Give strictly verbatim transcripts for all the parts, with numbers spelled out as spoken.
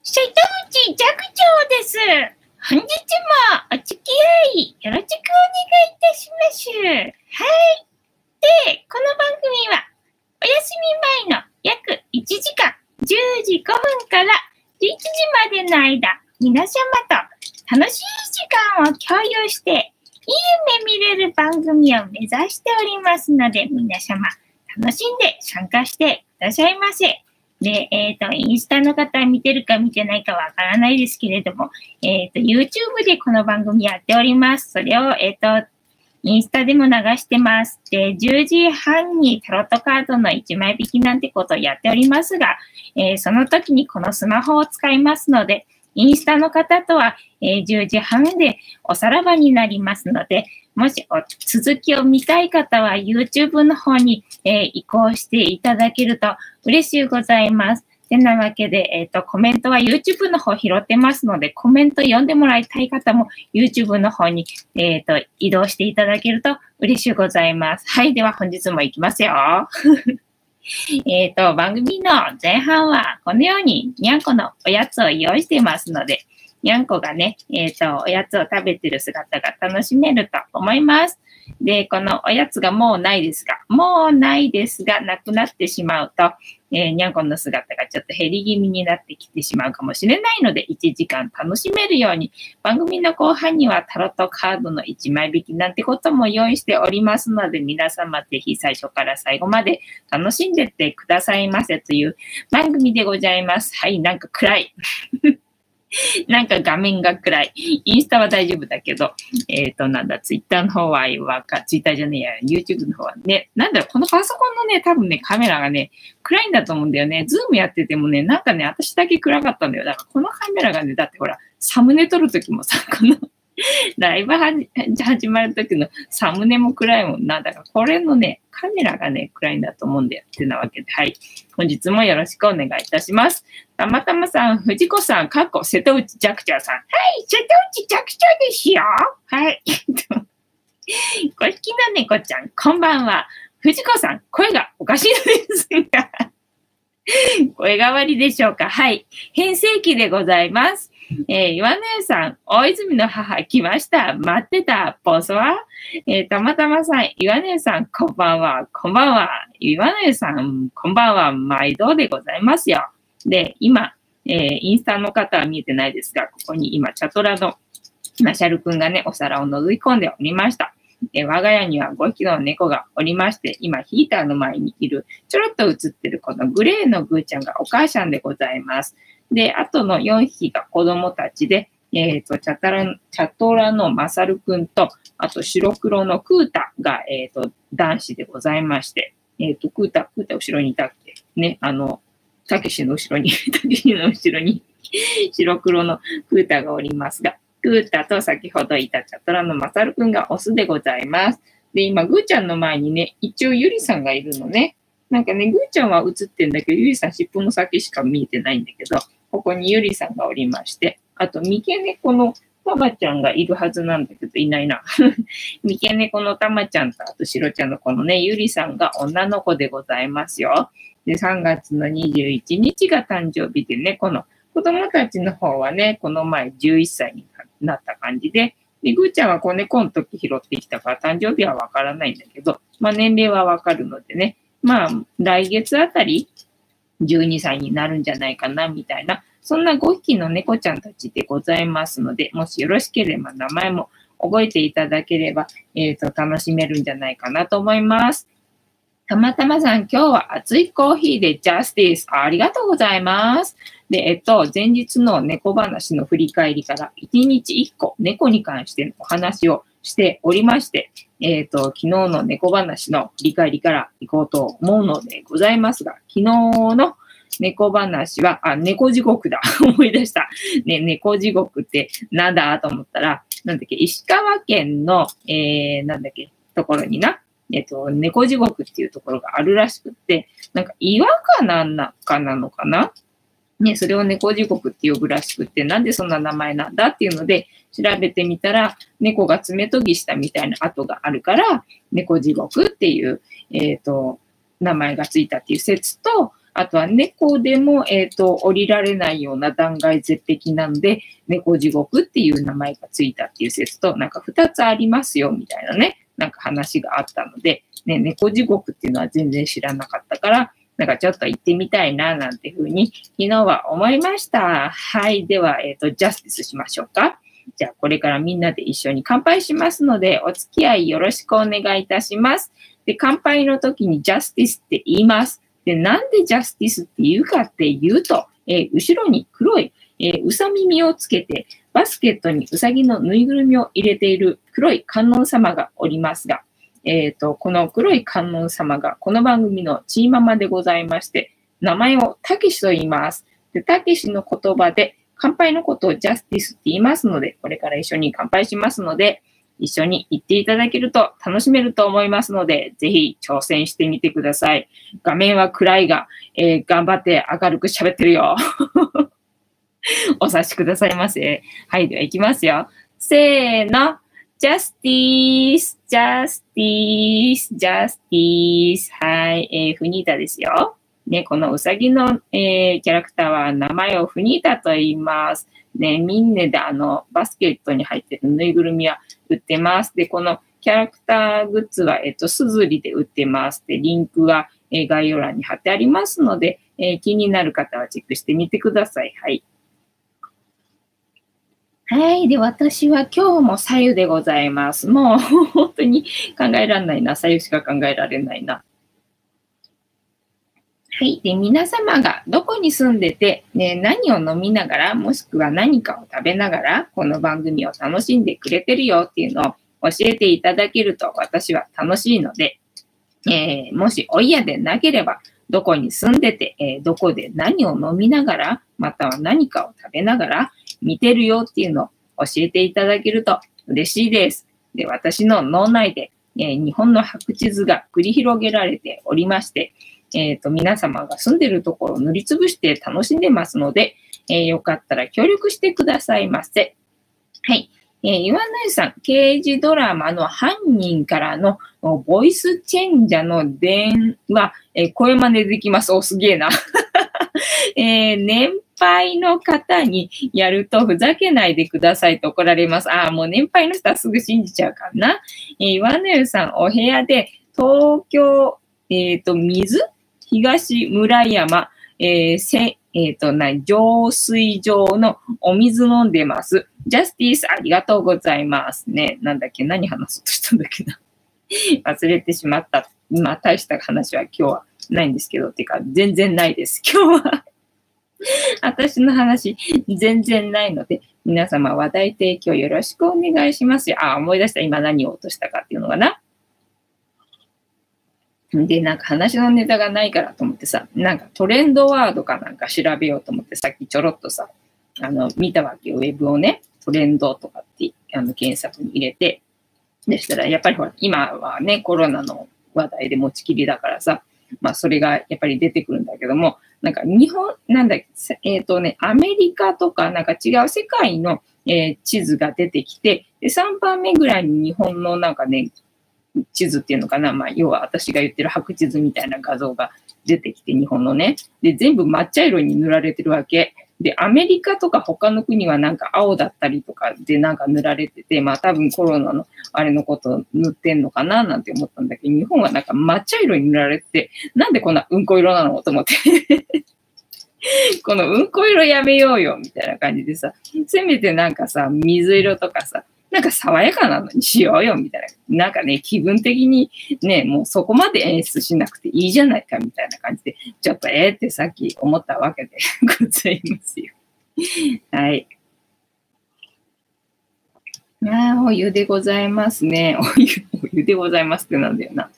瀬戸内寂聴です。本日もお付き合いよろしくお願いいたします。はい。で、この番組はお休み前の約いちじかん、じゅうじごふんからじゅういちじまでの間、皆様と楽しい時間を共有して、いい夢見れる番組を目指しておりますので、皆様楽しんで参加してくださいませ。で、えっと、インスタの方見てるか見てないかわからないですけれども、えっと、YouTube でこの番組やっております。それを、えっと、インスタでも流してます。で、じゅうじはんにタロットカードのいちまい引きなんてことをやっておりますが、えー、その時にこのスマホを使いますので、インスタの方とは、えー、じゅうじはんでおさらばになりますので、もし続きを見たい方は YouTube の方に、えー、移行していただけると嬉しいございます。てなわけで、えっと、コメントは YouTube の方拾ってますので、コメント読んでもらいたい方も YouTube の方に、えっと、移動していただけると嬉しいございます。はい、では本日も行きますよ。えっと、番組の前半はこのようににゃんこのおやつを用意していますので、にゃんこがね、えっと、おやつを食べてる姿が楽しめると思います。で、このおやつがもうないですが、もうないですが、なくなってしまうと、えー、にゃんこの姿がちょっと減り気味になってきてしまうかもしれないので、いちじかん楽しめるように、番組の後半にはタロットカードのいちまい引きなんてことも用意しておりますので、皆様ぜひ最初から最後まで楽しんでってくださいませという番組でございます。はい、なんか暗い。なんか画面が暗い。インスタは大丈夫だけど、えっと、なんだ、ツイッターの方は、わか、ツイッターじゃねえや、YouTube の方はね、なんだろう、このパソコンのね、多分ね、カメラがね、暗いんだと思うんだよね。ズームやっててもね、なんかね、私だけ暗かったんだよ。だからこのカメラがね、だってほら、サムネ撮るときもさ、この、ライブはじ始まる時のサムネも暗いもんな。だからこれのね、カメラがね、暗いんだと思うんだよ。ってなわけで、はい。本日もよろしくお願いいたします。たまたまさん、藤子さん、かっこ瀬戸内寂聴さん。はい、瀬戸内寂聴ですよ。はい。ご引きの猫ちゃん、こんばんは。藤子さん、声がおかしいですが。声変わりでしょうか。はい。変声期でございます。えー、岩根さん、大泉の母来ました。待ってた。ボスはえー、たまたまさん、岩根さん、こんばんは。こんばんは。岩根さん、こんばんは。毎度でございますよ。で、今、えー、インスタの方は見えてないですが、ここに今、チャトラのマシャルくんがね、お皿を覗き込んでおりました。えー、我が家にはごひきの猫がおりまして、今ヒーターの前にいる、ちょろっと映ってるこのグレーのグーちゃんがお母さんでございます。で、あとのよんひきが子供たちで、えっと、チャタラ、チャトラのマサルくんと、あと白黒のクータが、えっと、男子でございまして、えっと、クータ、クータ後ろにいたっけね、あの、たけしの後ろに、たけしの後ろに白黒のクータがおりますが、クータと先ほどいたチャトラのマサルくんがオスでございます。で、今、グーちゃんの前にね、一応ユリさんがいるのね。なんかね、グーちゃんは映ってんだけど、ユリさん尻尾の先しか見えてないんだけど、ここにユリさんがおりまして、あと、三毛猫のタマちゃんがいるはずなんだけど、いないな。三毛猫のタマちゃんと、あと、シロちゃんのこのね、ユリさんが女の子でございますよ。で、さんがつのにじゅういちにちが誕生日でね、この子供たちの方はね、この前じゅういっさいになった感じで、で、ぐーちゃんは子猫の時拾ってきたから誕生日はわからないんだけど、まあ年齢はわかるのでね、まあ来月あたりじゅうにさいになるんじゃないかなみたいな、そんなごひきの猫ちゃんたちでございますので、もしよろしければ名前も覚えていただければ、えっと、楽しめるんじゃないかなと思います。たまたまさん、今日は熱いコーヒーでジャスティス。ありがとうございます。で、えっと、前日の猫話の振り返りからいちにちいっこ猫に関してのお話をしておりまして、えっと、昨日の猫話の振り返りから行こうと思うのでございますが、昨日の猫話は、あ、猫地獄だ。思い出した。ね、猫地獄ってなんだと思ったら、なんだっけ、石川県の、えー、なんだっけ、ところにな、えっと、猫地獄っていうところがあるらしくって、なんか岩かなんなかなのかなね、それを猫地獄って呼ぶらしくって、なんでそんな名前なんだっていうので、調べてみたら、猫が爪研ぎしたみたいな跡があるから、猫地獄っていう、えっと、名前がついたっていう説と、 あとは猫でも、えっと、降りられないような断崖絶壁なんで、猫地獄っていう名前がついたっていう説と、なんか二つありますよ、みたいなね、なんか話があったので、ね、猫地獄っていうのは全然知らなかったから、なんかちょっと行ってみたいな、なんていうふうに昨日は思いました。はい。では、えっと、ジャスティスしましょうか。じゃあ、これからみんなで一緒に乾杯しますので、お付き合いよろしくお願いいたします。で、乾杯の時にジャスティスって言います。で、なんでジャスティスって言うかっていうと、えー、後ろに黒い、えー、うさ耳をつけて、バスケットにうさぎのぬいぐるみを入れている黒い観音様がおりますが、えっと、この黒い観音様がこの番組のチーママでございまして、名前をたけしと言います。で、たけしの言葉で、乾杯のことをジャスティスって言いますので、これから一緒に乾杯しますので、一緒に言っていただけると楽しめると思いますので、ぜひ挑戦してみてください。画面は暗いが、えー、頑張って明るく喋ってるよ。お察しくださいませ。はい、では行きますよ。せーの。ジャスティース、ジャスティース、ジャスティース。はい、えー、フニータですよ。ね、このうさぎの、えー、キャラクターは名前をフニータと言います。ね、みんなであの、バスケットに入ってるぬいぐるみは売ってます。で、このキャラクターグッズは、えっと、すずりで売ってます。で、リンクは、えー、概要欄に貼ってありますので、えー、気になる方はチェックしてみてください。はい。はい。で、私は今日も左右でございます。もう本当に考えられないな。左右しか考えられないな。はい。で、皆様がどこに住んでて、ね、何を飲みながら、もしくは何かを食べながら、この番組を楽しんでくれてるよっていうのを教えていただけると私は楽しいので、えー、もしお嫌でなければ、どこに住んでて、えー、どこで何を飲みながら、または何かを食べながら見てるよっていうのを教えていただけると嬉しいです。で、私の脳内で、えー、日本の白地図が繰り広げられておりまして、えっと、皆様が住んでるところを塗りつぶして楽しんでますので、えー、よかったら協力してくださいませ。はい。えー、岩内さん、刑事ドラマの犯人からのボイスチェンジャーの電話、えー、声真似できます。お、すげえな。えー、年配の方にやるとふざけないでくださいと怒られます。ああ、もう年配の人はすぐ信じちゃうからな。えー、岩内さん、お部屋で東京、えっと、水東村山、えー、せ、えっと、な、浄水場のお水飲んでます。ジャスティス、ありがとうございますね。なんだっけ、何話そうとしたんだっけな。忘れてしまった。まあ、大した話は今日はないんですけど、てか、全然ないです。今日は私の話、全然ないので、皆様話題提供よろしくお願いしますよ。あ、思い出した。今何を落としたかっていうのかな。で、なんか話のネタがないからと思ってさ、なんかトレンドワードかなんか調べようと思ってさっきちょろっとさ、あの、見たわけよ、ウェブをね、トレンドとかってあの検索に入れて、でしたら、やっぱりほら、今はね、コロナの話題で持ちきりだからさ、まあそれがやっぱり出てくるんだけども、なんか日本、なんだっけ、えっとね、アメリカとかなんか違う世界の、えー地図が出てきて、で、さんばんめぐらいに日本のなんかね、地図っていうのかな、まあ、要は私が言ってる白地図みたいな画像が出てきて、日本のね。で、全部抹茶色に塗られてるわけ。で、アメリカとか他の国はなんか青だったりとかでなんか塗られてて、まあ多分コロナのあれのことを塗ってんのかななんて思ったんだけど、日本はなんか抹茶色に塗られてて、なんでこんなうんこ色なのと思って。このうんこ色やめようよみたいな感じでさ、せめてなんかさ、水色とかさ、なんか爽やかなのにしようよみたいな。なんかね、気分的にね、もうそこまで演出しなくていいじゃないかみたいな感じで、ちょっとええってさっき思ったわけでございますよ。はい。ああ、お湯でございますね。お湯、お湯でございますってなんだよな。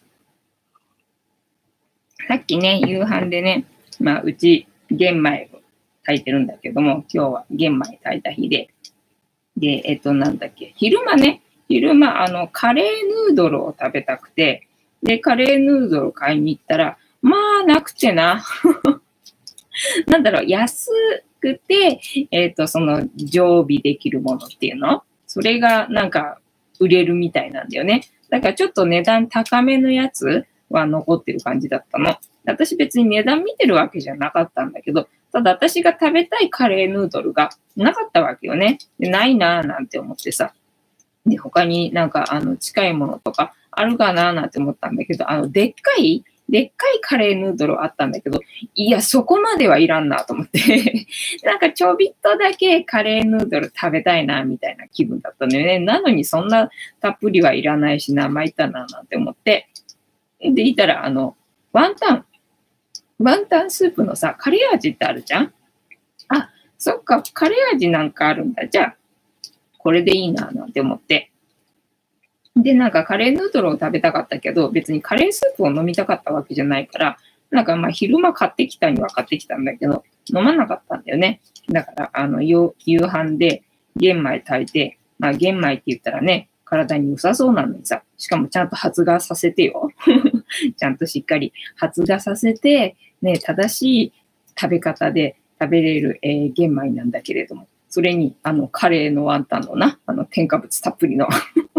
さっきね、夕飯でね、まあ、うち、玄米を炊いてるんだけども、今日は玄米炊いた日で、で、えっと、なんだっけ、昼間ね、昼間、あの、カレーヌードルを食べたくて、で、カレーヌードルを買いに行ったら、まあ、なくてな。なんだろう、安くて、えっと、その、常備できるものっていうのそれが、なんか、売れるみたいなんだよね。だから、ちょっと値段高めのやつは残ってる感じだったの。だ私別に値段見てるわけじゃなかったんだけど、ただ私が食べたいカレーヌードルがなかったわけよね。でないなぁなんて思ってさ。で、他になんかあの近いものとかあるかなぁなんて思ったんだけど、あの、でっかいでっかいカレーヌードルあったんだけど、いや、そこまではいらんなと思って。なんかちょびっとだけカレーヌードル食べたいな、みたいな気分だったんだよね。なのにそんなたっぷりはいらないしな、参ったな、なんて思って。で、いたら、あの、ワンタン、ワンタンスープのさ、カレー味ってあるじゃん？あ、そっか、カレー味なんかあるんだ。じゃあ、これでいいな、なんて思って。で、なんかカレーヌードルを食べたかったけど、別にカレースープを飲みたかったわけじゃないから、なんかまあ昼間買ってきたには買ってきたんだけど、飲まなかったんだよね。だから、あの、夕飯で玄米炊いて、まあ玄米って言ったらね、体に良さそうなのにさ、しかもちゃんと発芽させてよ。ちゃんとしっかり発芽させて、ね、正しい食べ方で食べれる、えー、玄米なんだけれども、それに、あの、カレーのワンタンのな、あの、添加物たっぷりの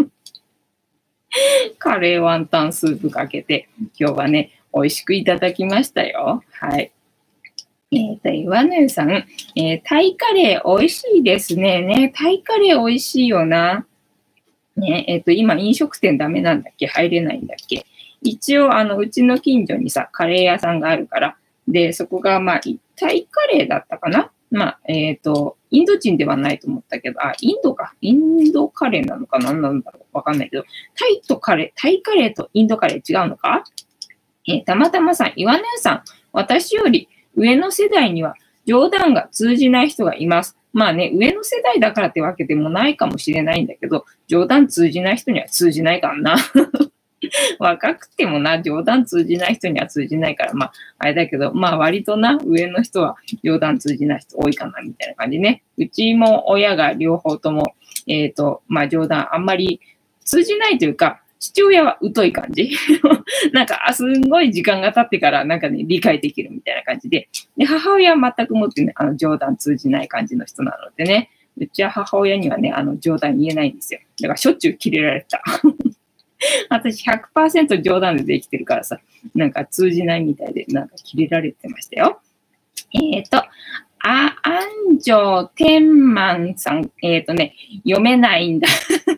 カレーワンタンスープかけて、今日はね、美味しくいただきましたよ。はい。えっと、岩根さん、えー、タイカレー美味しいですね。ね、タイカレー美味しいよな。ね、えっと、今飲食店ダメなんだっけ？入れないんだっけ？一応、あの、うちの近所にさ、カレー屋さんがあるから、で、そこが、まあ、タイカレーだったかな？まあ、えっと、インド人ではないと思ったけど、あ、インドか。インドカレーなのか何なんだろうわかんないけど、タイとカレー、タイカレーとインドカレー違うのか？えーたまたまさん、岩根さん、私より上の世代には冗談が通じない人がいます。まあね、上の世代だからってわけでもないかもしれないんだけど、冗談通じない人には通じないからな。若くてもな、冗談通じない人には通じないから、まあ、あれだけど、まあ割とな、上の人は冗談通じない人多いかな、みたいな感じね。うちも親が両方とも、えっと、まあ冗談あんまり通じないというか、父親は疎い感じ。なんか、あすんごい時間が経ってから、なんかね、理解できるみたいな感じで。で、母親は全くもってね、あの、冗談通じない感じの人なのでね、うちは母親にはね、あの、冗談言えないんですよ。だからしょっちゅうキレられた。私ひゃくパーセント冗談でできてるからさ、なんか通じないみたいで、なんかキレられてましたよ。えっ、と、あ、安城天満さん、えっ、とね、読めないんだ。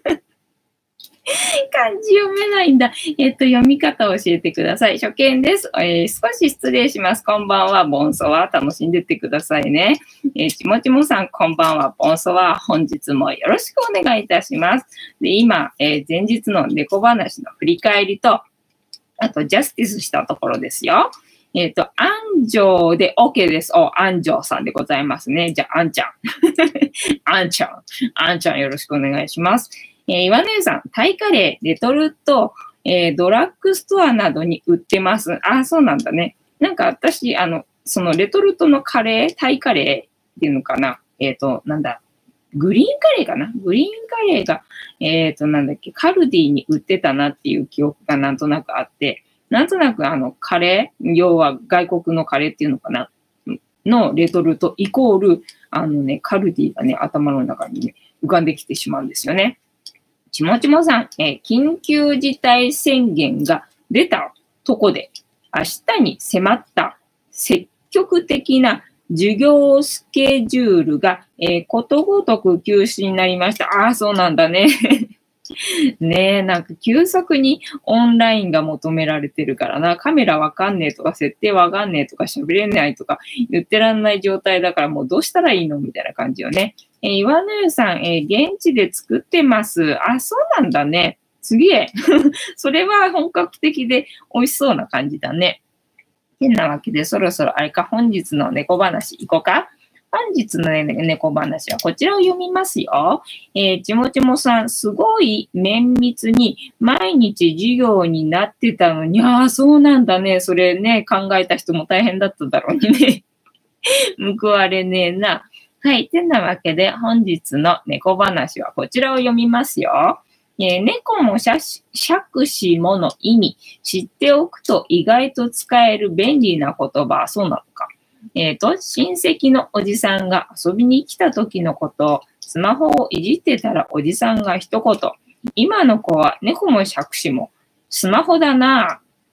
漢字読めないんだ。えっと、読み方を教えてください。初見です。えー、少し失礼します。こんばんは。ボンソワ。楽しんでってくださいね。えー、ちもちもさん、こんばんは。ボンソワ。本日もよろしくお願いいたします。で、今、えー、前日の猫話の振り返りと、あと、ジャスティスしたところですよ。えっと、安城で OK です。お、安城さんでございますね。じゃあ、あんちゃん。あんちゃん。あんちゃんよろしくお願いします。えー、岩根さん、タイカレー、レトルト、えー、ドラッグストアなどに売ってます。あ、そうなんだね。なんか私、あの、そのレトルトのカレー、タイカレーっていうのかな。えっと、なんだ。グリーンカレーかなグリーンカレーが、えっと、なんだっけ、カルディに売ってたなっていう記憶がなんとなくあって、なんとなくあの、カレー、要は外国のカレーっていうのかなのレトルトイコール、あのね、カルディがね、頭の中にね、浮かんできてしまうんですよね。ちもちもさん、えー、緊急事態宣言が出たとこで、明日に迫った積極的な授業スケジュールが、えー、ことごとく休止になりました。ああ、そうなんだね。ねえ、なんか急速にオンラインが求められてるからな、カメラわかんねえとか、設定わかんねえとか、喋れないとか言ってらんない状態だから、もうどうしたらいいのみたいな感じよね。えー、岩野湯さん、えー、現地で作ってます。あ、そうなんだね。すげえ。それは本格的で美味しそうな感じだね。てなわけで、そろそろあれか、本日の猫話行こうか。本日の、ね、猫話はこちらを読みますよ。えー、ちもちもさん、すごい綿密に毎日授業になってたのに、ああ、そうなんだね。それね、考えた人も大変だっただろうにね。報われねえな。はい。てなわけで、本日の猫話はこちらを読みますよ。えー、猫も杓子もの意味、知っておくと意外と使える便利な言葉。そうなのか。えっと、親戚のおじさんが遊びに来た時のことを、スマホをいじってたらおじさんが一言、今の子は猫も杓子もスマホだな。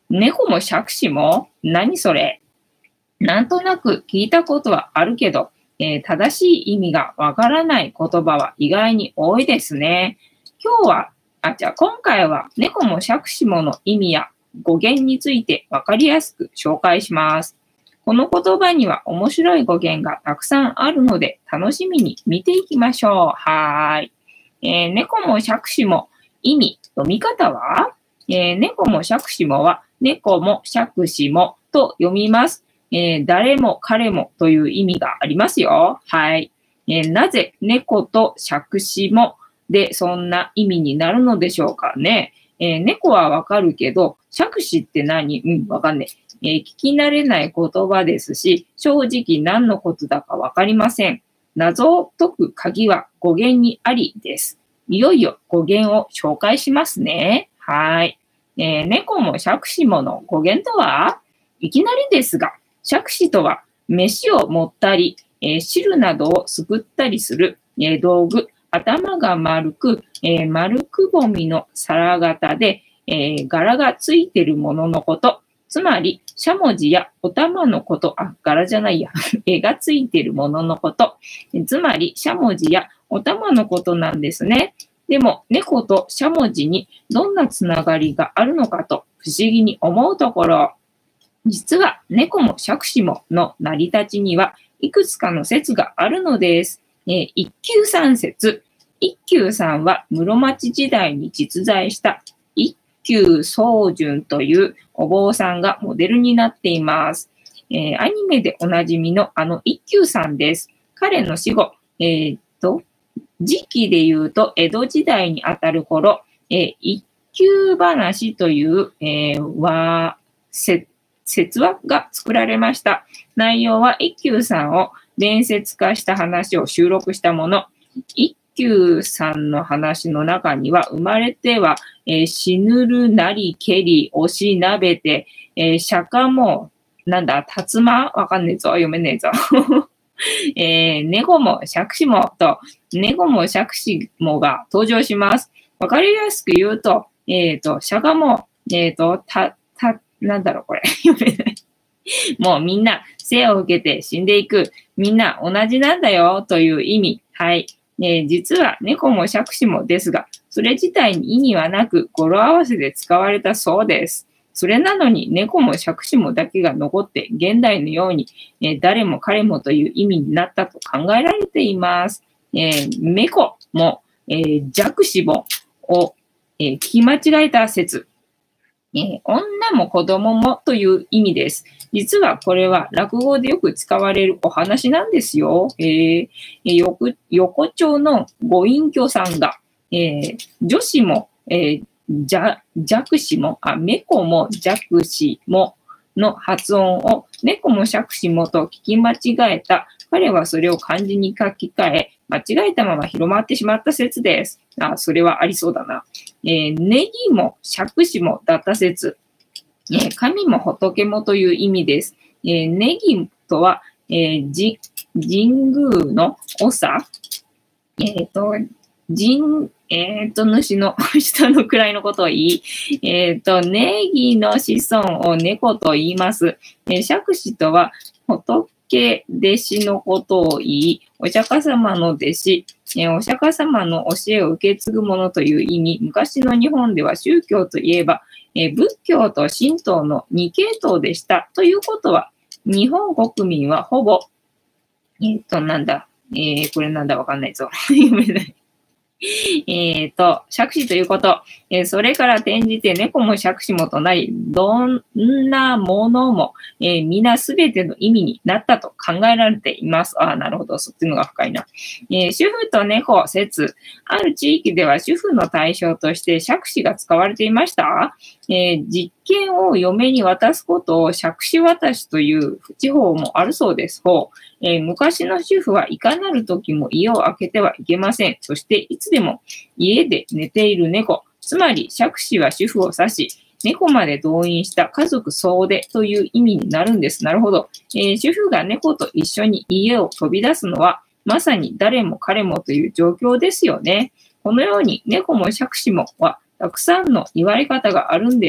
猫も杓子も何それ？なんとなく聞いたことはあるけど、えー正しい意味がわからない言葉は意外に多いですね。今日は、あ、じゃあ今回は猫も杓子もの意味や語源についてわかりやすく紹介します。この言葉には面白い語源がたくさんあるので楽しみに見ていきましょう。はーい。えー猫も杓子も意味、読み方は、えー猫も杓子もは猫も杓子もと読みます。えー誰も彼もという意味がありますよ。はい。えーなぜ猫と杓子もでそんな意味になるのでしょうかね。えー猫はわかるけど、杓子って何？うん、わかんない。えー聞き慣れない言葉ですし、正直何のことだかわかりません。謎を解く鍵は語源にありです。いよいよ語源を紹介しますね。はい。えー猫も杓子もの語源とは？いきなりですが、杓子とは飯を盛ったり、えー汁などをすくったりする、えー道具、頭が丸く、えー丸くぼみの皿型で、えー柄がついているもののこと。つまり、しゃもじやお玉のこと、あ、柄じゃないや、絵がついているもののこと。つまり、しゃもじやお玉のことなんですね。でも、猫としゃもじにどんなつながりがあるのかと不思議に思うところ。実は、猫も杓子もの成り立ちにはいくつかの説があるのです。えー一休さん説。一休さんは室町時代に実在した一休宗純というお坊さんがモデルになっています。えーアニメでおなじみのあの一休さんです。彼の死後、えーっと、時期で言うと江戸時代にあたる頃、えー一休話という、えー和説説話が作られました。内容は一休さんを伝説化した話を収録したもの。一休さんの話の中には、生まれては、えー死ぬるなりけり押しなべて、えー釈迦も、なんだ、竜馬わかんねえぞ、読めねえぞ。えー、猫も杓子もと、猫も杓子もが登場します。わかりやすく言うと、えっ、と、釈迦も、えっ、と、た、た、なんだろう、これ。読めない。もうみんな生を受けて死んでいく。みんな同じなんだよという意味。はい。えー実は猫も杓子もですが、それ自体に意味はなく語呂合わせで使われたそうです。それなのに猫も杓子もだけが残って現代のように、えー誰も彼もという意味になったと考えられています。えー、猫も、えー、弱子もを、えー聞き間違えた説。えー女も子供もという意味です。実はこれは落語でよく使われるお話なんですよ。えーえー横横丁のご隠居さんが、えー女子も、えー、じゃ弱子も、あ、猫も弱子もの発音を猫も杓子もと聞き間違えた。彼はそれを漢字に書き換え、間違えたまま広まってしまった説です。あ、それはありそうだな。えーネギも杓子もだった説。えー神も仏もという意味です。えーネギとは、えーじ神宮の長、えっ、と、人、えっ、と、主の下の位のことを言い、えっ、と、ネギの子孫を猫と言います。えー、杓子とは、仏弟子のことを言い、お釈迦様の弟子、えーお釈迦様の教えを受け継ぐものという意味、昔の日本では宗教といえば、えー仏教と神道の二系統でした。ということは、日本国民はほぼ、えっ、と、なんだ、えー、これなんだわかんないぞ。読めない。えっと、杓子ということ。えーそれから転じて猫も杓子もとなり、どんなものも、えー皆すべての意味になったと考えられています。ああ、なるほど。そっちのが深いな。えー主婦と猫説。ある地域では主婦の対象として杓子が使われていました。えー実験を嫁に渡すことを杓子渡しという地方もあるそうです。ほうえー昔の主婦はいかなる時も家を開けてはいけません。そしていつでも家で寝ている猫。つまり杓子は主婦を指し、猫まで動員した家族総出という意味になるんです。なるほど。えー主婦が猫と一緒に家を飛び出すのは、まさに誰も彼もという状況ですよね。このように猫も杓子もはたくさんの言われ方があるんです。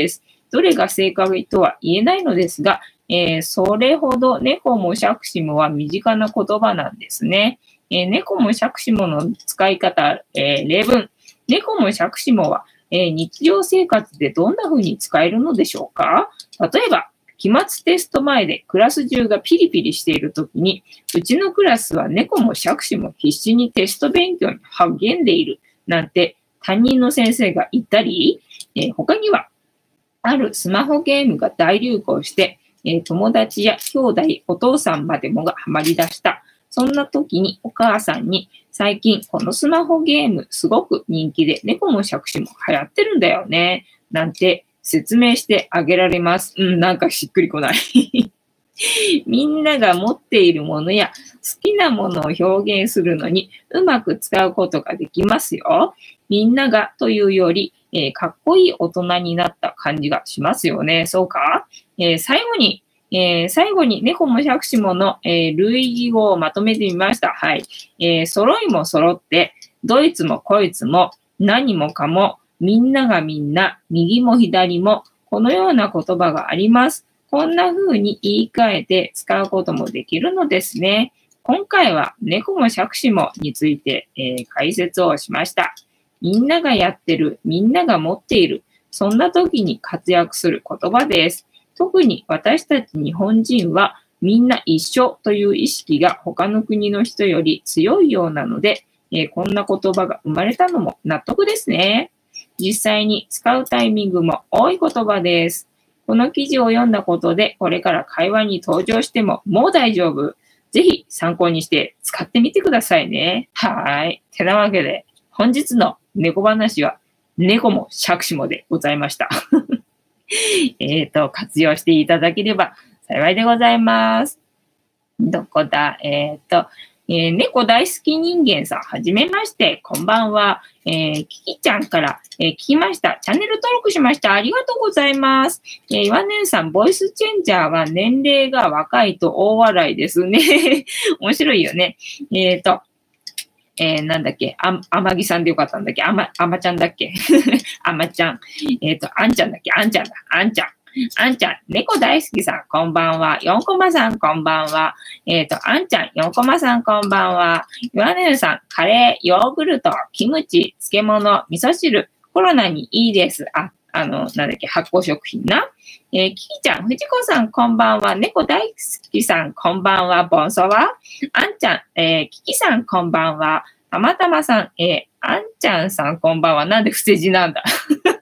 どれが正解とは言えないのですが、えー、それほど猫も杓子もは身近な言葉なんですね。えー、猫も杓子もの使い方、えー、例文。猫も杓子もは、えー、日常生活でどんな風に使えるのでしょうか？例えば、期末テスト前でクラス中がピリピリしているときに、うちのクラスは猫も杓子も必死にテスト勉強に励んでいるなんて担任の先生が言ったり、えー、他には、あるスマホゲームが大流行して、えー、友達や兄弟、お父さんまでもがハマり出した。そんな時にお母さんに、最近このスマホゲームすごく人気で猫も杓子も流行ってるんだよね。なんて説明してあげられます。うん、なんかしっくりこない。みんなが持っているものや好きなものを表現するのにうまく使うことができますよ。みんながというより、えー、かっこいい大人になった感じがしますよね。そうか、えー、最後に、えー、最後に猫も杓子もの、えー、類義語をまとめてみました。はい。えー、揃いも揃って、どいつもこいつも、何もかも、みんながみんな、右も左も、このような言葉があります。こんな風に言い換えて使うこともできるのですね。今回は猫も杓子もについて、えー、解説をしました。みんながやってる、みんなが持っている、そんな時に活躍する言葉です。特に私たち日本人はみんな一緒という意識が他の国の人より強いようなので、えー、こんな言葉が生まれたのも納得ですね。実際に使うタイミングも多い言葉です。この記事を読んだことでこれから会話に登場してももう大丈夫。ぜひ参考にして使ってみてくださいね。はい。てなわけで本日の猫話は猫も杓子もでございました。えっと、活用していただければ幸いでございます。どこだえっと、えー、猫大好き人間さん、はじめまして、こんばんは。えー、キキちゃんから、えー、聞きました。チャンネル登録しました。ありがとうございます。えー、岩根さん、ボイスチェンジャーは年齢が若いと大笑いですね。面白いよね。えっと、えー、なんだっけ、あ、あまぎさんでよかったんだっけ、あま、あまちゃんだっけ、あまちゃん。えっと、あんちゃんだっけ、あんちゃんだ、あんちゃん。あんちゃん、猫大好きさん、こんばんは。よんこまさん、こんばんは。えっと、あんちゃん、よんこまさん、こんばんは。岩根さん、カレー、ヨーグルト、キムチ、漬物、味噌汁、コロナにいいです。あ、あの、なんだっけ、発酵食品な。えー、キキちゃん、藤子さん、こんばんは。猫大好きさん、こんばんは。ボンソワ。あんちゃん、えー、キキさん、こんばんは。たまたまさん、えー、あんちゃんさん、こんばんは。なんで不正字なんだ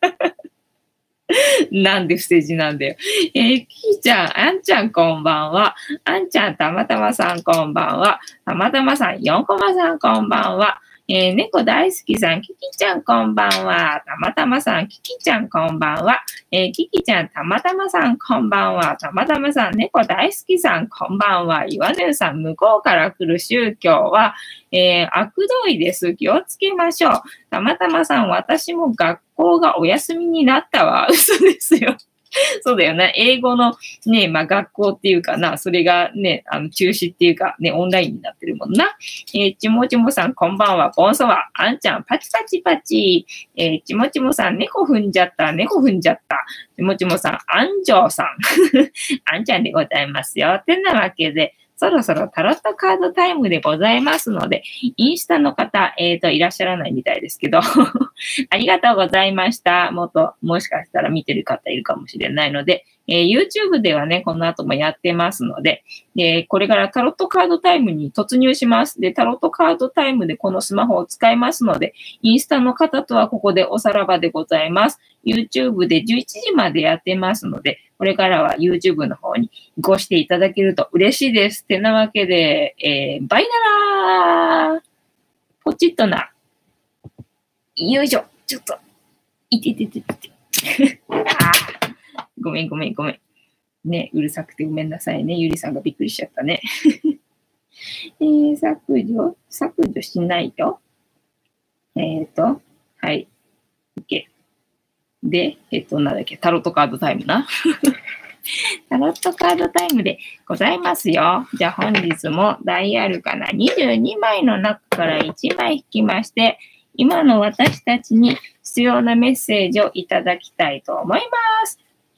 なんで不正字なんだよ。えー、キキちゃん、あんちゃんこんばんは。あんちゃん、たまたまさんこんばんは。たまたまさん、よんこまさんこんばんは。えー、猫大好きさん、キキちゃんこんばんは。たまたまさん、キキちゃんこんばんは。えー、キキちゃん、たまたまさんこんばんは。たまたまさん、猫大好きさんこんばんは。岩根さん、向こうから来る宗教は、えー、悪どいです。気をつけましょう。たまたまさん、私も学校がお休みになったわ。嘘ですよ。そうだよね。英語のね、まあ学校っていうかな、それがね、あの中止っていうかね、オンラインになってるもんな。えー、ちもちもさん、こんばんは。ボンソワ。あんちゃん、パチパチパチ。えー、ちもちもさん、猫踏んじゃった。猫踏んじゃった。ちもちもさん、あんじょうさん。あんちゃんでございますよ。てなわけで、そろそろタロットカードタイムでございますので、インスタの方、えっと、いらっしゃらないみたいですけど、ありがとうございました。もっと、もしかしたら見てる方いるかもしれないので、えー、YouTube ではね、この後もやってますので、で、これからタロットカードタイムに突入します。で、タロットカードタイムでこのスマホを使いますので、インスタの方とはここでおさらばでございます。YouTube でじゅういちじまでやってますので、これからは YouTube の方にごしていただけると嬉しいです。てなわけで、えー、バイナラーポチッとな。よいしょ。ちょっと。いててててて。あごめんごめんごめん。ね、うるさくてごめんなさいね。ゆりさんがびっくりしちゃったね。えー、削除削除しないよ。えっ、ー、と、はい。OK。で、えっ、ー、と、なんだっけ、タロットカードタイムな。タロットカードタイムでございますよ。じゃあ本日もダイアルカナにじゅうにまいの中からいちまい引きまして、今の私たちに必要なメッセージをいただきたいと思います。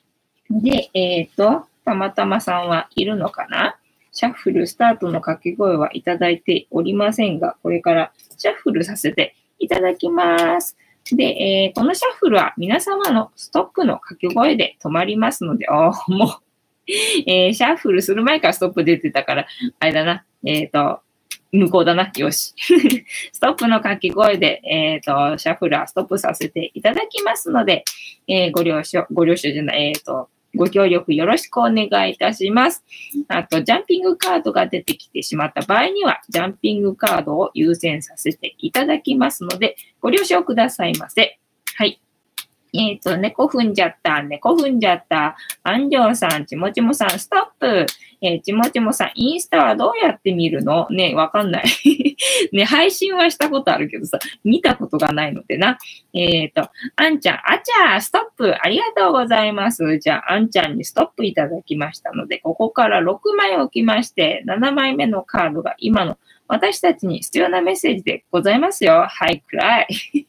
で、えっと、たまたまさんはいるのかな？シャッフルスタートの掛け声はいただいておりませんが、これからシャッフルさせていただきます。で、えー、このシャッフルは皆様のストップの掛け声で止まりますので、あーもう、えー、シャッフルする前からストップ出てたから、あれだな、えっと、無効だな。よし。ストップの掛け声で、えっと、シャッフルはストップさせていただきますので、えー、ご了承、ご了承じゃない、えっと、ご協力よろしくお願いいたします。あと、ジャンピングカードが出てきてしまった場合には、ジャンピングカードを優先させていただきますので、ご了承くださいませ。はい。えっと、猫踏んじゃった、猫踏んじゃった、安城さん、ちもちもさん、ストップ。えー、ちもちもさん、インスタはどうやって見るのね、わかんない。ね、配信はしたことあるけどさ、見たことがないのでな。えっと、あんちゃん、あちゃー、ストップ、ありがとうございます。じゃあ、あんちゃんにストップいただきましたので、ここからろくまい置きまして、ななまいめのカードが今の私たちに必要なメッセージでございますよ。はい、暗い。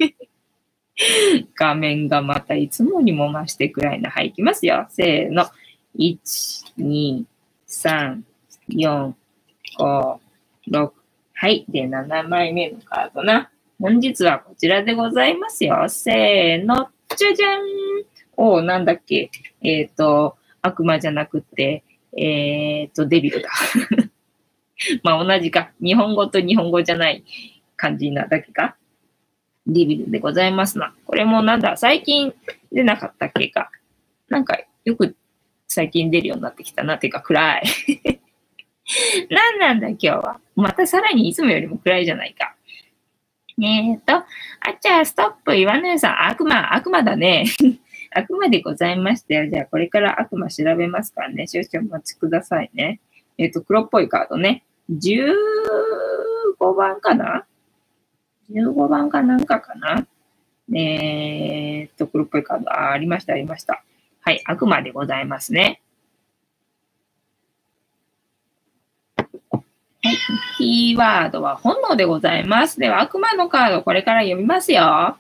画面がまたいつもにも増して暗いな。はい、いきますよ。せーの。いち、に、さん、よん、ご、ろく。はい。で、ななまいめのカードな。本日はこちらでございますよ。せーの。じゃじゃん。おー、なんだっけ。えっと、悪魔じゃなくて、えっと、デビルだ。まあ同じか。日本語と日本語じゃない感じなだけか。デビルでございますな。これもなんだ、最近出なかったっけか。なんかよく最近出るようになってきたな。てか暗い。なんなんだ今日は。またさらにいつもよりも暗いじゃないか。えーと、あっちゃーストップ、岩根さん、悪魔、悪魔だね。悪魔でございましたよ。じゃあこれから悪魔調べますからね。少々お待ちくださいね。えっと、黒っぽいカードね。じゅうごばんかなじゅうごばんかなんかかなえー、っと、黒っぽいカード、あ、ありました、ありました。はい、悪魔でございますね。はい、キーワードは本能でございます。では、悪魔のカード、これから読みますよ。はい、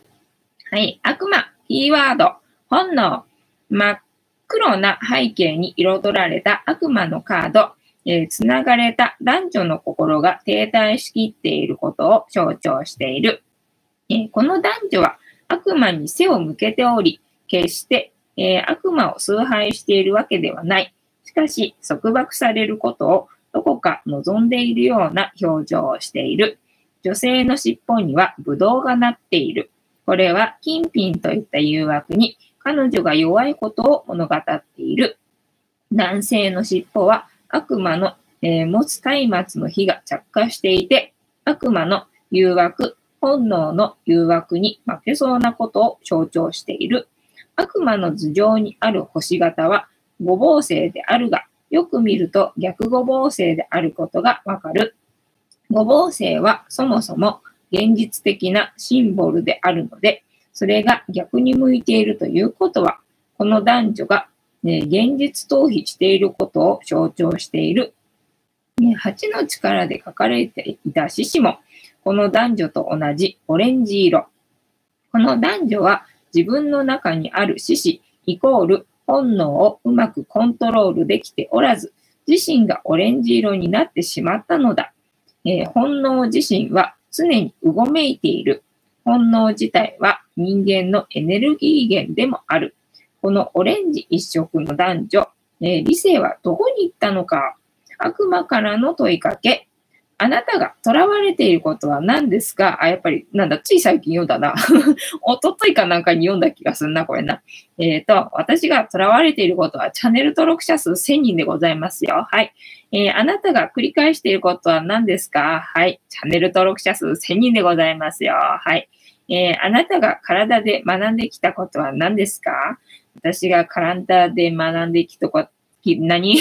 悪魔、キーワード、本能、真っ黒な背景に彩られた悪魔のカード、えー、つながれた男女の心が停滞しきっていることを象徴している。えー、この男女は悪魔に背を向けており、決して、えー、悪魔を崇拝しているわけではない。しかし、束縛されることをどこか望んでいるような表情をしている。女性の尻尾にはブドウがなっている。これは金品といった誘惑に彼女が弱いことを物語っている。男性の尻尾は悪魔の、えー、持つ松明の火が着火していて、悪魔の誘惑、本能の誘惑に負けそうなことを象徴している。悪魔の頭上にある星型は五芒星であるが、よく見ると逆五芒星であることがわかる。五芒星はそもそも現実的なシンボルであるので、それが逆に向いているということは、この男女がね、現実逃避していることを象徴している。ね、八の力で書かれていた獅子も、この男女と同じオレンジ色。この男女は自分の中にある獅子イコール本能をうまくコントロールできておらず、自身がオレンジ色になってしまったのだ。えー、本能自身は常にうごめいている。本能自体は人間のエネルギー源でもある。このオレンジ一色の男女、えー、理性はどこに行ったのか。悪魔からの問いかけ。あなたが囚われていることは何ですか？あ、やっぱり、なんだ、つい最近読んだな。おとといかなんかに読んだ気がするな、これな。えっと、私が囚われていることはチャンネル登録者数せんにんでございますよ。はい。えー、あなたが繰り返していることは何ですか？はい。チャンネル登録者数せんにんでございますよ。はい。えー、あなたが体で学んできたことは何ですか？私が体で学んできたこと、何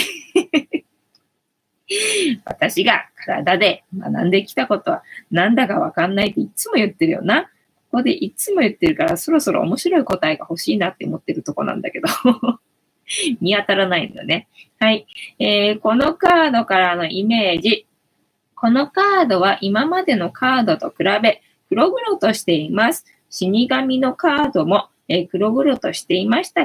私が体で学んできたことはなんだかわかんないっていつも言ってるよな。ここでいつも言ってるからそろそろ面白い答えが欲しいなって思ってるとこなんだけど。見当たらないんだね。はい、えー。このカードからのイメージ。このカードは今までのカードと比べ黒々としています。死神のカードも、えー、黒々としていましたが、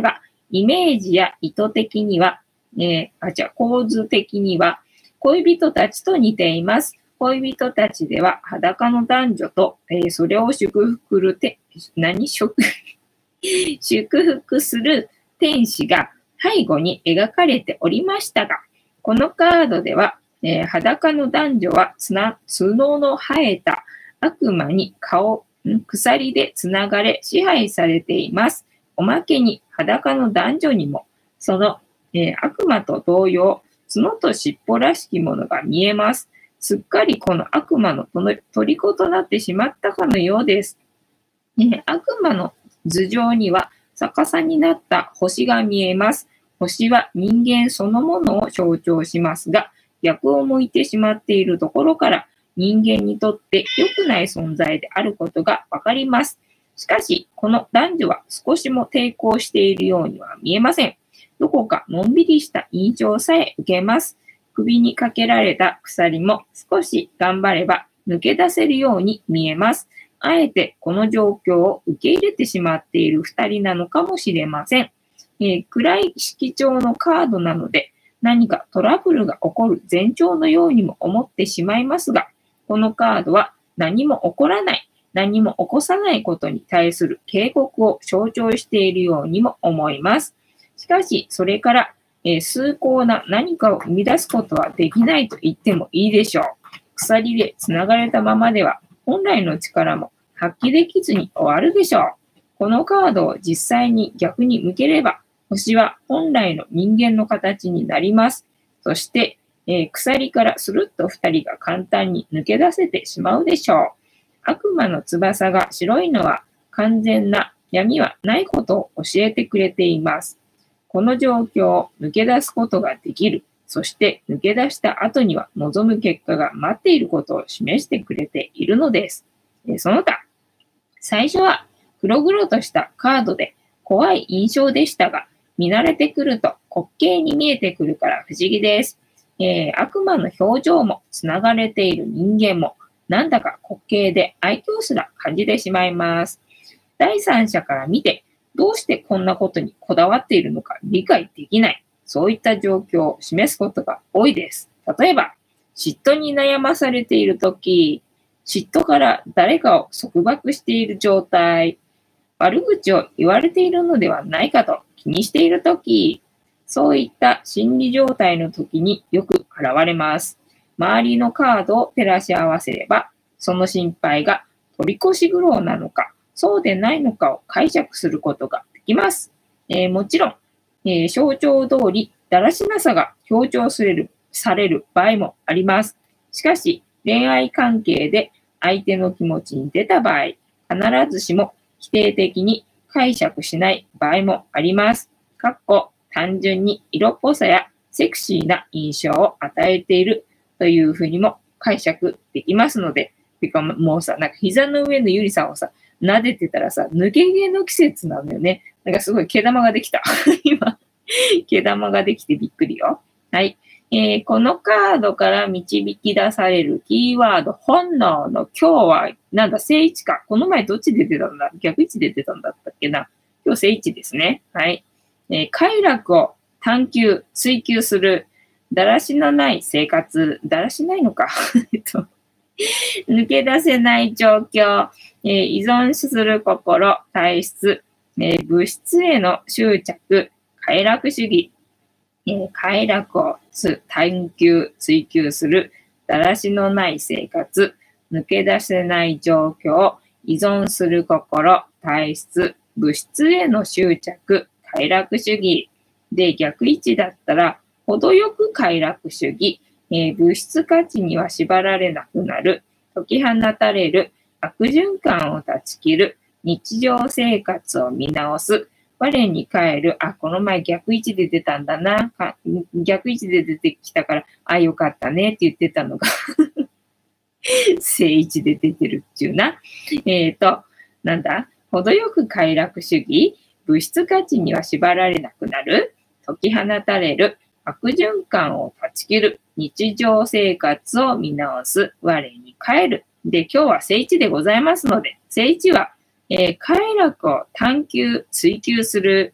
イメージや意図的には、えー、あ、じゃあ構図的には、恋人たちと似ています。恋人たちでは裸の男女と、えー、それを祝福するて、何祝祝福する天使が背後に描かれておりましたが、このカードでは、えー、裸の男女はつな角の生えた悪魔に顔、鎖でつながれ支配されています。おまけに裸の男女にも、その、えー、悪魔と同様、角と尻尾らしきものが見えます。すっかりこの悪魔の虜となってしまったかのようです。えー、悪魔の頭上には逆さになった星が見えます。星は人間そのものを象徴しますが、逆を向いてしまっているところから人間にとって良くない存在であることがわかります。しかし、この男女は少しも抵抗しているようには見えません。どこかのんびりした印象さえ受けます。首にかけられた鎖も少し頑張れば抜け出せるように見えます。あえてこの状況を受け入れてしまっている二人なのかもしれません。えー、暗い色調のカードなので何かトラブルが起こる前兆のようにも思ってしまいますが、このカードは何も起こらない、何も起こさないことに対する警告を象徴しているようにも思います。しかし、それから、えー、崇高な何かを生み出すことはできないと言ってもいいでしょう。鎖でつながれたままでは、本来の力も発揮できずに終わるでしょう。このカードを実際に逆に向ければ、星は本来の人間の形になります。そして、えー、鎖からスルッと二人が簡単に抜け出せてしまうでしょう。悪魔の翼が白いのは完全な闇はないことを教えてくれています。この状況を抜け出すことができる。そして抜け出した後には望む結果が待っていることを示してくれているのです。その他、最初は黒々としたカードで怖い印象でしたが、見慣れてくると滑稽に見えてくるから不思議です。えー、悪魔の表情もつながれている人間もなんだか滑稽で愛嬌すら感じてしまいます。第三者から見てどうしてこんなことにこだわっているのか理解できない。そういった状況を示すことが多いです。例えば、嫉妬に悩まされているとき、嫉妬から誰かを束縛している状態、悪口を言われているのではないかと気にしているとき、そういった心理状態のときによく現れます。周りのカードを照らし合わせれば、その心配が取り越し苦労なのか、そうでないのかを解釈することができます。えー、もちろん、えー、象徴通りだらしなさが強調される、される場合もあります。しかし、恋愛関係で相手の気持ちに出た場合、必ずしも否定的に解釈しない場合もあります。かっこ単純に色っぽさやセクシーな印象を与えているというふうにも解釈できますので、てかもうさ、なんか膝の上のゆりさんをさ、撫でてたらさ、抜け毛の季節なんだよね。なんかすごい毛玉ができた。今、毛玉ができてびっくりよ。はい。えー、このカードから導き出されるキーワード、本能の今日は、なんだ、正位置か。この前どっちで出たんだ逆位置で出たんだったっけな。今日正位置ですね。はい。えー、快楽を探求、追求する、だらしのない生活、だらしないのか。えっと、抜け出せない状況、えー、依存する心、体質、えー、物質への執着、快楽主義、えー、快楽を探求、追求する、だらしのない生活、抜け出せない状況、依存する心、体質、物質への執着、快楽主義。で、逆位置だったら、程よく快楽主義、えー、物質価値には縛られなくなる、解き放たれる、悪循環を断ち切る、日常生活を見直す、我に返る、あ、この前逆位置で出たんだな、逆位置で出てきたから、あ、よかったねって言ってたのが、正位置で出てるっていうな。えっと、なんだ、程よく快楽主義、物質価値には縛られなくなる、解き放たれる、悪循環を断ち切る、日常生活を見直す、我に返る。で、今日は正位置でございますので、正位置は、えー、快楽を探求、追求する、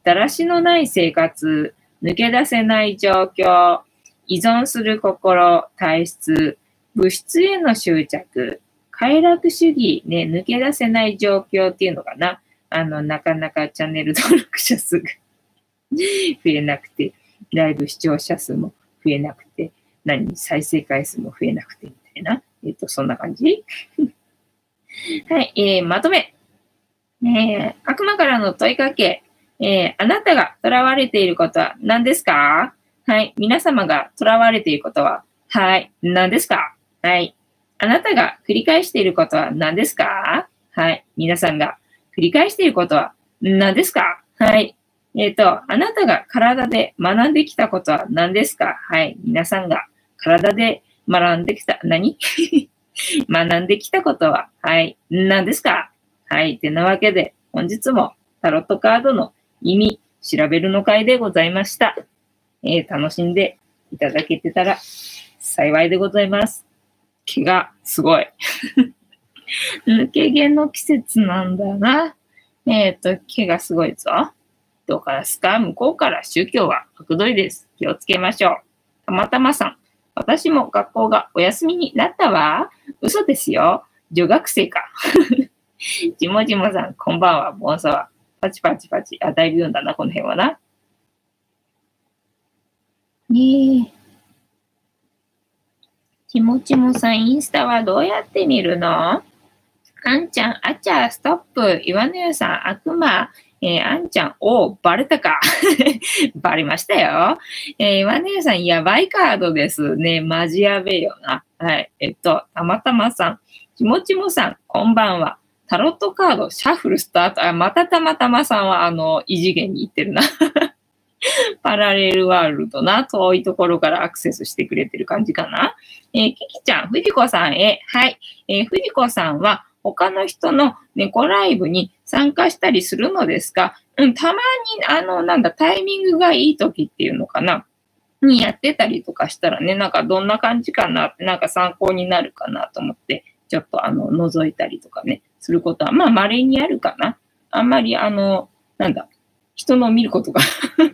だらしのない生活、抜け出せない状況、依存する心、体質、物質への執着、快楽主義、ね、抜け出せない状況っていうのかな。あの、なかなかチャンネル登録者数が増えなくて、ライブ視聴者数も増えなくて、何、再生回数も増えなくてみたいな。えっと、そんな感じはい、えー、まとめ。えー、悪魔からの問いかけ。えー、あなたが囚われていることは何ですか？はい。皆様が囚われていることは、はい。何ですか？はい。あなたが繰り返していることは何ですか？はい。皆さんが繰り返していることは何ですか？はい。えっと、あなたが体で学んできたことは何ですか？はい。皆さんが体で学んできた、何学んできたことは、はい。何ですか？はい。てなわけで、本日もタロットカードの意味、調べるの会でございました。えー、楽しんでいただけてたら幸いでございます。毛がすごい。抜け毛の季節なんだな。えっと、毛がすごいぞ。どうからすか？向こうから宗教は悪どいです。気をつけましょう。たまたまさん。私も学校がお休みになったわ。嘘ですよ。女学生か。じもじもさん、こんばんは。ボンサワ。パチパチパチ。あ、だいぶ読んだな、この辺はな。ねえ。ちもちもさん、インスタはどうやって見るの？あんちゃん、あちゃ、ストップ。岩の湯さん、悪魔。えー、あんちゃん、おバレたか。バレましたよ。えー、岩の湯さん、やばいカードですね。マジやべえよな。はい。えっと、たまたまさん、ちもちもさん、こんばんは。タロットカード、シャッフルスタート。あ、またたまたまさんは、あの、異次元に行ってるな。パラレルワールドな、遠いところからアクセスしてくれてる感じかな。えー、キキちゃん、藤子さんへ。はい。えー、藤子さんは、他の人の猫ライブに参加したりするのですか？うん、たまに、あの、なんだ、タイミングがいい時っていうのかな。にやってたりとかしたらね、なんかどんな感じかなって、なんか参考になるかなと思って、ちょっとあの、覗いたりとかね、することは、まあ、稀にあるかな。あんまり、あの、なんだ、人の見ることが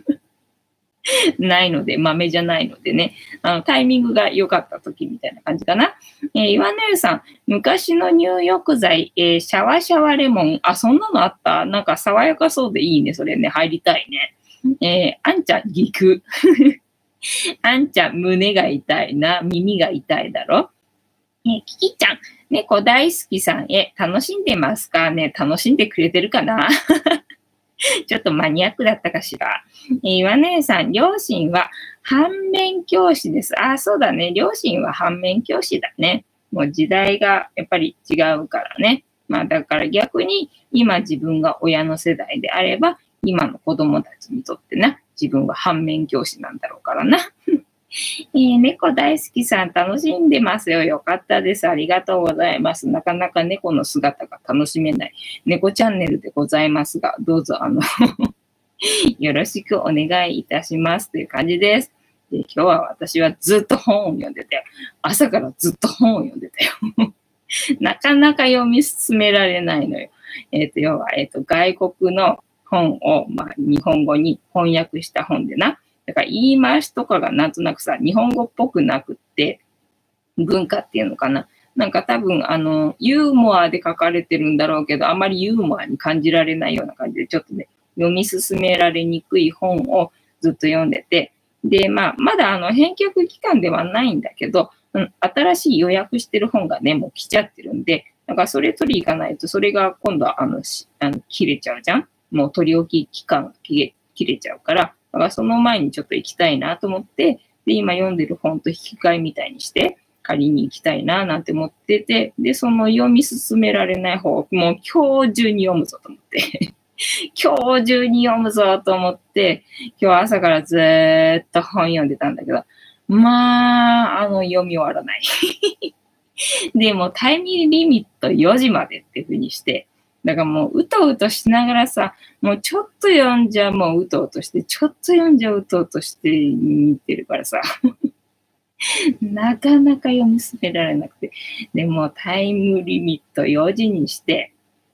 ないので、豆じゃないのでね、あの、タイミングが良かった時みたいな感じかな。えー、岩根湯さん、昔の入浴剤、えー、シャワシャワレモン、あ、そんなのあった？なんか爽やかそうでいいね、それね、入りたいね。えー、あんちゃん、ぎく。あんちゃん、胸が痛いな、耳が痛いだろ。えー、キキちゃん、猫大好きさんへ、楽しんでますかね？楽しんでくれてるかなちょっとマニアックだったかしら。えー、岩根さん、両親は反面教師です。あ、そうだね。両親は反面教師だね。もう時代がやっぱり違うからね。まあだから逆に今自分が親の世代であれば、今の子供たちにとってな、自分は反面教師なんだろうからな。えー、猫大好きさん楽しんでますよ。よかったです。ありがとうございます。なかなか猫の姿が楽しめない猫チャンネルでございますが、どうぞあのよろしくお願いいたしますという感じです。で、今日は私はずっと本を読んでて、朝からずっと本を読んでたよ。なかなか読み進められないのよ。えっ、ー、と、要は、えっ、ー、と、外国の本を、まあ、日本語に翻訳した本でな。だから言い回しとかがなんとなくさ、日本語っぽくなくって、文化っていうのかな。なんか多分、あの、ユーモアで書かれてるんだろうけど、あまりユーモアに感じられないような感じで、ちょっとね、読み進められにくい本をずっと読んでて、で、まあ、まだあの、返却期間ではないんだけど、うん、新しい予約してる本がね、もう来ちゃってるんで、だからそれ取り行かないと、それが今度はあの、あの切れちゃうじゃん。もう取り置き期間が切れちゃうから、だからその前にちょっと行きたいなと思って、で、今読んでる本と引き換えみたいにして、借りに行きたいななんて思ってて、で、その読み進められない方をもう今日中に読むぞと思って。今日中に読むぞと思って、今日朝からずーっと本読んでたんだけど、まあ、あの、読み終わらない。で、もうタイムリミットよじまでっていう風にして、だからもううとうとしながらさ、もうちょっと読んじゃもううとうとして、ちょっと読んじゃうとうとして見てるからさ。なかなか読み進められなくて。でもタイムリミットよじにして、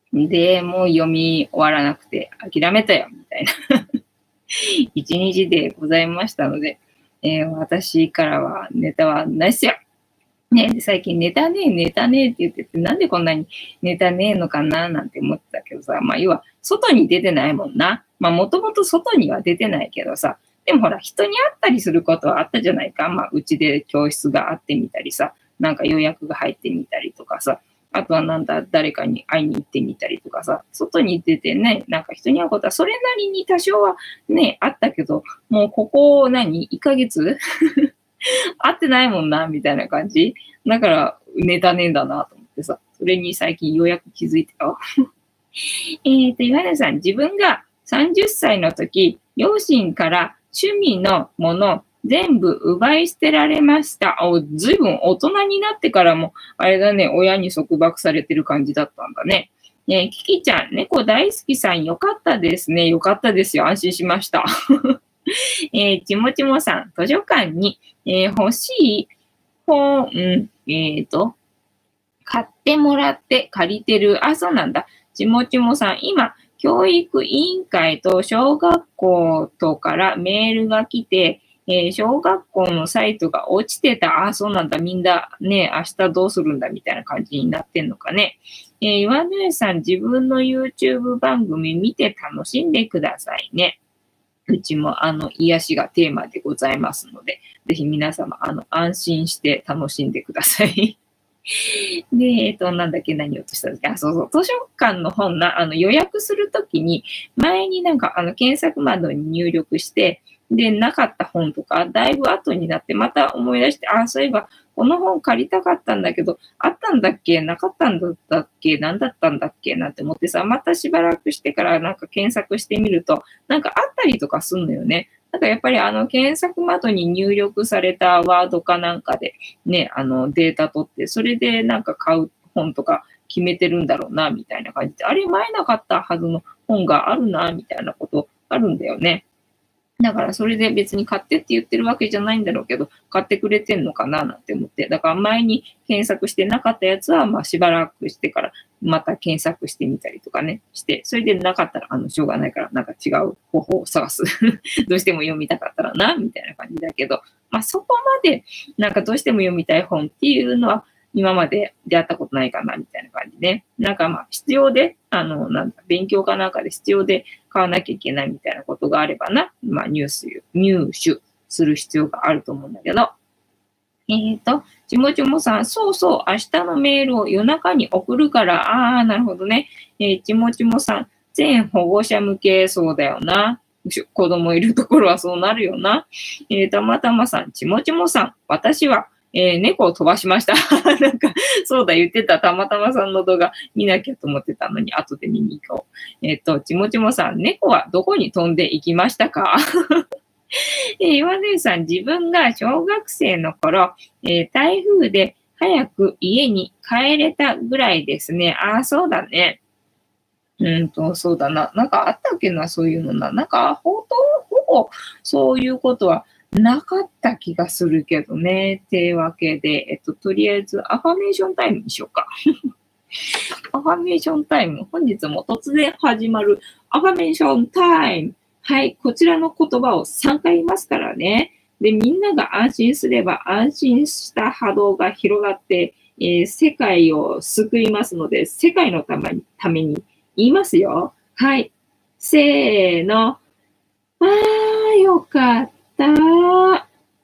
で、もう読み終わらなくて諦めたよ、みたいな一日でございましたので、えー、私からはネタはないっすよ。ね、で最近ネタねえ、ネタねえって言ってて、なんでこんなにネタねえのかななんて思ってたけどさ、まあ要は外に出てないもんな。まあもともと外には出てないけどさ、でもほら人に会ったりすることはあったじゃないか。まあうちで教室があってみたりさ、なんか予約が入ってみたりとかさ、あとはなんだ、誰かに会いに行ってみたりとかさ、外に出てね、なんか人に会うことはそれなりに多少はね、あったけど、もうここ何 ?いっ ヶ月会ってないもんな、みたいな感じ。だから、ネタねえんだなと思ってさ、それに最近ようやく気づいたよ。えっと、岩根さん、自分がさんじゅっさいの時、両親から趣味のもの全部奪い捨てられました。お、ずいぶん大人になってからも、あれだね、親に束縛されてる感じだったんだね。えー、キキちゃん、猫大好きさん、よかったですね。よかったですよ。安心しました。えー、ちもちもさん、図書館に、えー、欲しい本、えっと、買ってもらって借りてる。あ、そうなんだ。ちもちもさん、今、教育委員会と小学校とからメールが来て、えー、小学校のサイトが落ちてた。あ、そうなんだ。みんなね、明日どうするんだみたいな感じになってんのかね。えー、岩根さん、自分の YouTube 番組見て楽しんでくださいね。うちもあの癒しがテーマでございますので、ぜひ皆様あの安心して楽しんでください。で、えっと、なんだっけ、何をとしたんですか。あ、そうそう、図書館の本な、あの予約するときに、前になんかあの検索窓に入力して、で、なかった本とか、だいぶ後になって、また思い出して、あ、そういえば、この本借りたかったんだけど、あったんだっけなかったんだったっけ何だったんだっけなんて思ってさ、またしばらくしてからなんか検索してみると、なんかあったりとかすんのよね。なんかやっぱりあの検索窓に入力されたワードかなんかでね、あのデータ取って、それでなんか買う本とか決めてるんだろうな、みたいな感じで、あれ前なかったはずの本があるな、みたいなことあるんだよね。だからそれで別に買ってって言ってるわけじゃないんだろうけど、買ってくれてんのかななんて思って。だから前に検索してなかったやつは、まあしばらくしてからまた検索してみたりとかね、して、それでなかったら、あの、しょうがないから、なんか違う方法を探す。どうしても読みたかったらな、みたいな感じだけど、まあそこまで、なんかどうしても読みたい本っていうのは、今まで出会ったことないかな、みたいな感じで。なんかまあ必要で、あの、なんだ、勉強かなんかで必要で買わなきゃいけないみたいなことがあればな、まあニュース、入手する必要があると思うんだけど。えっと、ちもちもさん、そうそう、明日のメールを夜中に送るから、ああ、なるほどね。えー、ちもちもさん、全保護者向け、そうだよな。子供いるところはそうなるよな。えー、たまたまさん、ちもちもさん、私は、えー、猫を飛ばしました。なんか、そうだ、言ってた、たまたまさんの動画見なきゃと思ってたのに、後で見に行こう。えっ、ー、と、ちもちもさん、猫はどこに飛んで行きましたかえー、岩根さん、自分が小学生の頃、えー、台風で早く家に帰れたぐらいですね。ああ、そうだね。うんと、そうだな。なんかあったっけな、そういうのな。なんか、ほとほぼ、そういうことはなかった気がするけどね。っていうわけで、えっと、とりあえず、アファメーションタイムにしようか。アファメーションタイム。本日も突然始まるアファメーションタイム。はい、こちらの言葉をさんかい言いますからね。で、みんなが安心すれば安心した波動が広がって、えー、世界を救いますので、世界のために、ために言いますよ。はい。せーの。あー、よかった。あ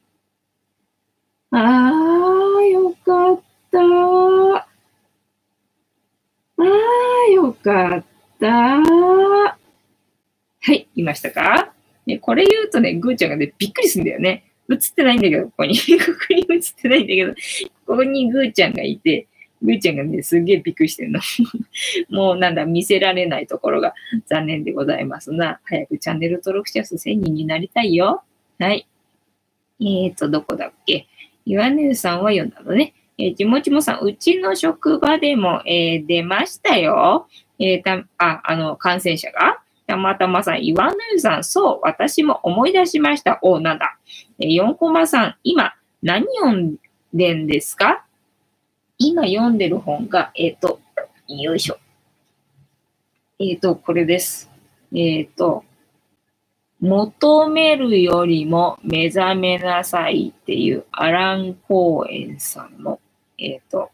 ー、よかった。あー、よかった。はい、言いましたか？ね、これ言うとね、ぐーちゃんがね、びっくりするんだよね。映ってないんだけど、ここに。ここに映ってないんだけど、ここにぐーちゃんがいて、ぐーちゃんがね、すげえびっくりしてるの。もうなんだ、見せられないところが残念でございますな。早くチャンネル登録者数せんにんになりたいよ。はい。えーと、どこだっけ？岩根さんは読んだのね。えー、ちもちもさん、うちの職場でも、えー、出ましたよ。えー、た、あ、あの、感染者が。たまたまさん、岩根さん、そう、私も思い出しました。お、なんだ。えー、よんコマさん、今、何読んでんですか？今読んでる本が、えっと、よいしょ。 えっと、これです。えっと、求めるよりも目覚めなさいっていうアラン・コーエンさんの、えっと、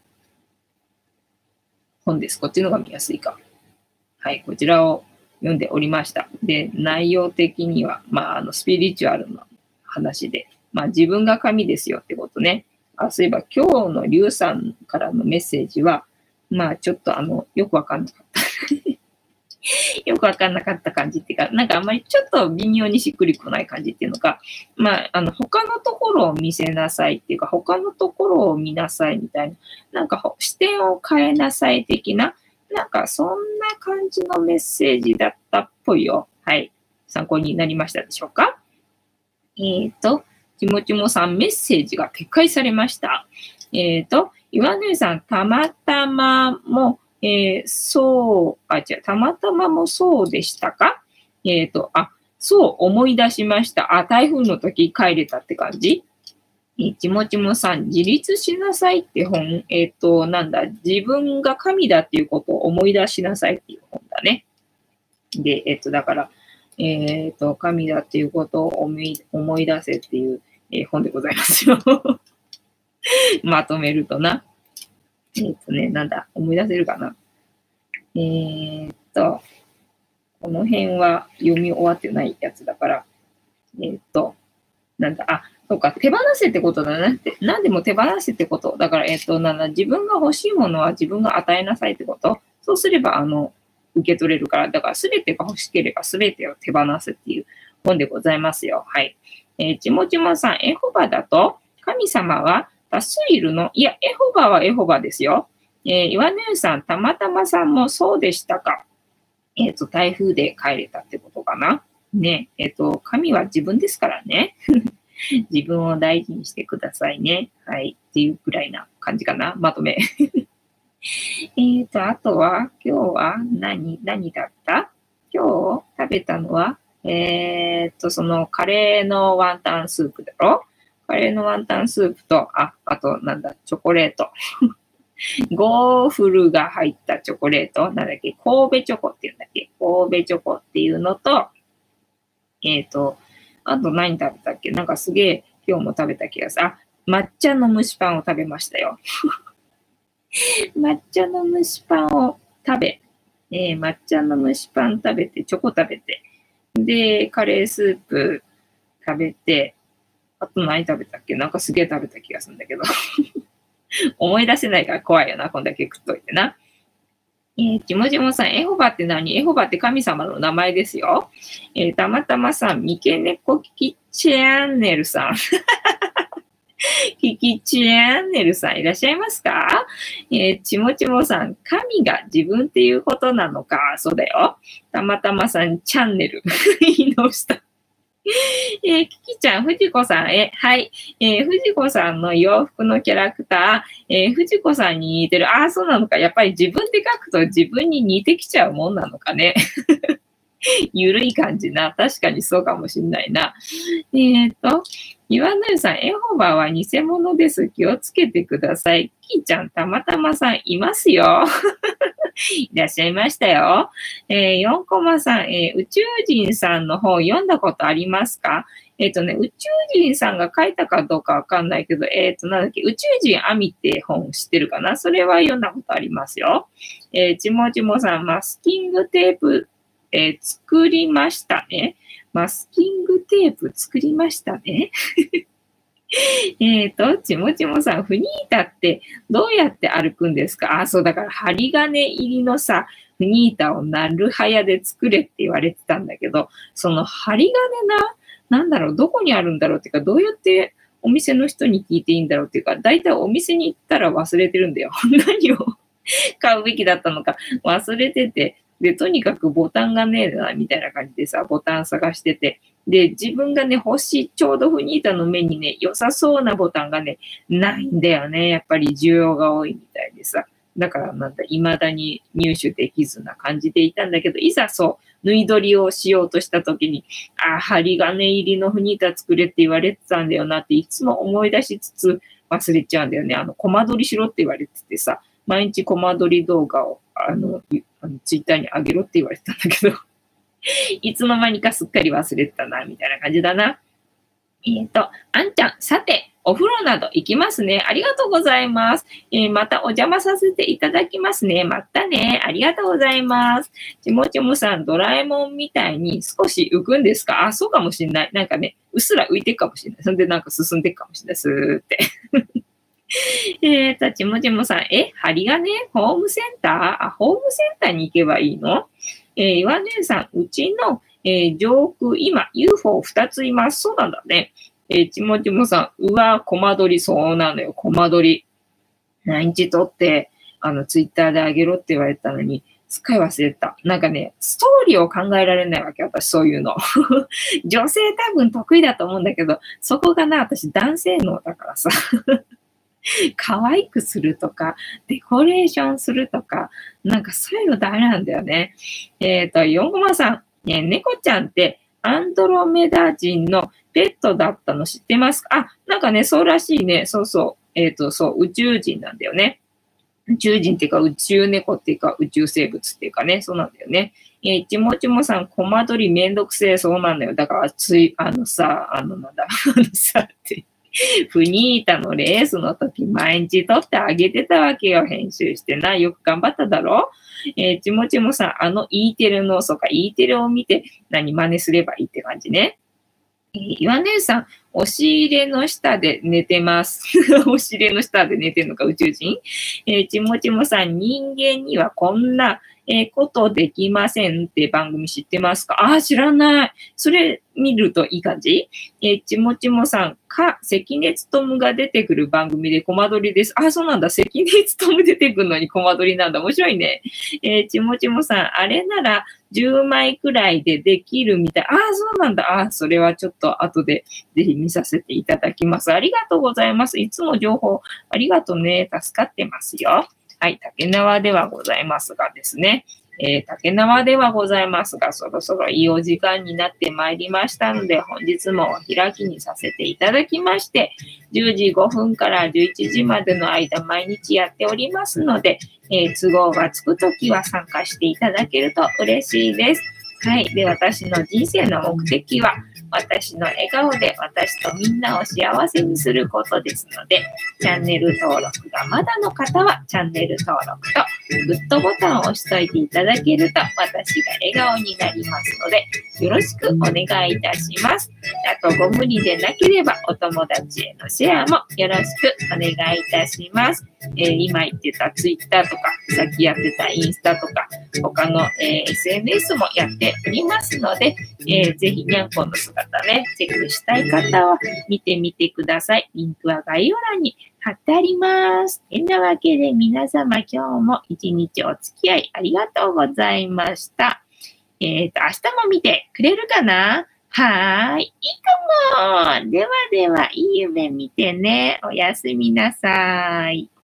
本です。こっちの方が見やすいか。はい、こちらを読んでおりました。で、内容的には、まあ、あの、スピリチュアルな話で、まあ、自分が神ですよってことね。あ、そういえば、今日のリュウさんからのメッセージは、まあ、ちょっとあの、よくわかんなかった。よくわかんなかった感じっていうか、なんかあんまりちょっと微妙にしっくりこない感じっていうのか、まあ、あの、他のところを見せなさいっていうか、他のところを見なさいみたいな、なんか視点を変えなさい的な、なんかそんな感じのメッセージだったっぽいよ。はい。参考になりましたでしょうか？えっ、ー、と、ちもちもさんメッセージが撤回されました。えっ、ー、と、岩根さん、たまたまも、えー、そう、あ、違う、たまたまもそうでしたか？えっ、ー、と、あ、そう思い出しました。あ、台風の時帰れたって感じ？えちもちもさん、自立しなさいって本、えっ、ー、と、なんだ、自分が神だっていうことを思い出しなさいっていう本だね。で、えっ、ー、と、だから、えっ、ー、と、神だっていうことを思い思い出せっていう、えー、本でございますよ。まとめるとな。えっ、ー、とね、なんだ、思い出せるかな。えっと、この辺は読み終わってないやつだから、えっと、なんだ、あ、そうか、手放せってことだなって、何でも手放せってこと。だから、えっと、なんだ、自分が欲しいものは自分が与えなさいってこと。そうすれば、あの、受け取れるから、だから、すべてが欲しければ、すべてを手放すっていう本でございますよ。はい。えー、ちもちもさん、エホバだと、神様は多数いるの？いや、エホバはエホバですよ。えー、岩根さん、たまたまさんもそうでしたか？えっと、台風で帰れたってことかな。ね、えっと、神は自分ですからね。自分を大事にしてくださいね。はい。っていうくらいな感じかな。まとめ。えっと、あとは、今日は何、何だった？今日食べたのは、えー、っと、そのカレーのワンタンスープだろ？カレーのワンタンスープと、あ、あと、なんだ、チョコレート。ゴーフルが入ったチョコレート、なんだっけ、神戸チョコっていうんだっけ、神戸チョコっていうのと、えっ、ー、と、あと何食べたっけ、なんかすげえ今日も食べた気がする。あ、抹茶の蒸しパンを食べましたよ。抹茶の蒸しパンを食べ、えー、抹茶の蒸しパン食べて、チョコ食べて、で、カレースープ食べて、あと何食べたっけ、なんかすげえ食べた気がするんだけど。思い出せないから怖いよな、こんだけ食っといてな。えー、ちもちもさん、エホバって何？エホバって神様の名前ですよ。えー、たまたまさん、三毛猫キキチャンネルさん。キキチャンネルさんいらっしゃいますか？えー、ちもちもさん、神が自分っていうことなのか？そうだよ。たまたまさん、チャンネル。言い直した。えー、キキちゃん、藤子さんへ、はい。えー、藤子さんの洋服のキャラクター、えー、藤子さんに似てる。ああ、そうなのか。やっぱり自分で書くと自分に似てきちゃうもんなのかね。ゆるい感じな。確かにそうかもしんないな。えっ、ー、と、岩根さん、エホバは偽物です。気をつけてください。キーちゃん、たまたまさん、いますよ。いらっしゃいましたよ。えー、よんコマさん、えー、宇宙人さんの本読んだことありますか？えっ、ー、とね、宇宙人さんが書いたかどうかわかんないけど、えっ、ー、と、なんだっけ、宇宙人アミって本知ってるかな？それは読んだことありますよ。えー、ちもちもさん、マスキングテープ、えー、作りましたね。マスキングテープ作りましたね。えっと、ちもちもさん、フニータってどうやって歩くんですか？あ、そう、だから針金入りのさ、フニータをなるはやで作れって言われてたんだけど、その針金な、なんだろう、どこにあるんだろうっていうか、どうやってお店の人に聞いていいんだろうっていうか、だいたいお店に行ったら忘れてるんだよ。何を買うべきだったのか忘れてて、で、とにかくボタンがねえな、みたいな感じでさ、ボタン探してて、で、自分がね、欲しい、ちょうどフニータの目にね、良さそうなボタンがね、ないんだよね。やっぱり需要が多いみたいでさ。だからなんだ、未だに入手できずな感じでいたんだけど、いざそう、縫い取りをしようとした時に、あ、針金入りのフニータ作れって言われてたんだよなっていつも思い出しつつ忘れちゃうんだよね。あの、コマ撮りしろって言われててさ、毎日コマ撮り動画をあの、あのツイッターにあげろって言われてたんだけど、いつの間にかすっかり忘れてたな、みたいな感じだな。えっと、あんちゃん、さて、お風呂など行きますね。ありがとうございます。えー、またお邪魔させていただきますね。またね。ありがとうございます。ちもちもさん、ドラえもんみたいに少し浮くんですか？あ、そうかもしんない。なんかね、うっすら浮いてるかもしれない。そんでなんか進んでいくかもしれない。スーって。えっと、ちもちもさん、え、針金ホームセンターあ、ホームセンターに行けばいいの？えー、岩姉さん、うちの、えー、上空、今、ユーフォーふた ついます。そうなんだね。えー、ちもちもさん、うわ、コマ撮り、そうなのよ、コマ撮り。毎日撮って、あの、ツイッターであげろって言われたのに、すっかり忘れた。なんかね、ストーリーを考えられないわけ、私、そういうの。女性多分得意だと思うんだけど、そこがな、私、男性能だからさ。可愛くするとか、デコレーションするとか、なんかそういうのダメなんだよね。えっと、よんごまさん、ね、猫ちゃんってアンドロメダ人のペットだったの知ってますか？あ、なんかね、そうらしいね。そうそう。えっと、そう、宇宙人なんだよね。宇宙人っていうか、宇宙猫っていうか、宇宙生物っていうかね、そうなんだよね。えー、ちもちもさん、コマ撮りめんどくせえ、そうなんだよ。だから、つい、あのさ、あの、なんだ、あのさ、って。フニータのレースの時毎日撮ってあげてたわけよ。編集してな。よく頑張っただろ？えー、ちもちもさん、あの E テレの、そうか、E テレを見て何真似すればいいって感じね。えー、岩姉さん、押し入れの下で寝てます。押し入れの下で寝てるのか、宇宙人？えー、ちもちもさん、人間にはこんな、えー、ことできませんって番組知ってますか？ああ、知らない。それ見るといい感じ？えー、ちもちもさん、か、関根勤が出てくる番組でコマ撮りです。ああ、そうなんだ。関根勤出てくるのにコマ撮りなんだ。面白いね。えー、ちもちもさん、あれならじゅうまいくらいでできるみたい。ああ、そうなんだ。ああ、それはちょっと後でぜひ見させていただきます。ありがとうございます。いつも情報ありがとうね。助かってますよ。はい、竹縄ではございますがですね、えー、竹縄ではございますが、そろそろいいお時間になってまいりましたので、本日もお開きにさせていただきまして、じゅうじごふんからじゅういちじまでの間、毎日やっておりますので、えー、都合がつくときは参加していただけると嬉しいです。はい。で、私の人生の目的は、私の笑顔で私とみんなを幸せにすることですので、チャンネル登録がまだの方は、チャンネル登録とグッドボタンを押しといていただけると、私が笑顔になりますので、よろしくお願いいたします。あと、ご無理でなければ、お友達へのシェアもよろしくお願いいたします。えー、今言ってたツイッターとか、さっきやってたインスタとか、他の、えー、エスエヌエス もやっておりますので、えー、ぜひにゃんこの姿ね、チェックしたい方は見てみてください。リンクは概要欄に貼ってあります。てなわけで皆様今日も一日お付き合いありがとうございました。えっと、明日も見てくれるかな？はーい。いいかも。ではでは、いい夢見てね。おやすみなさい。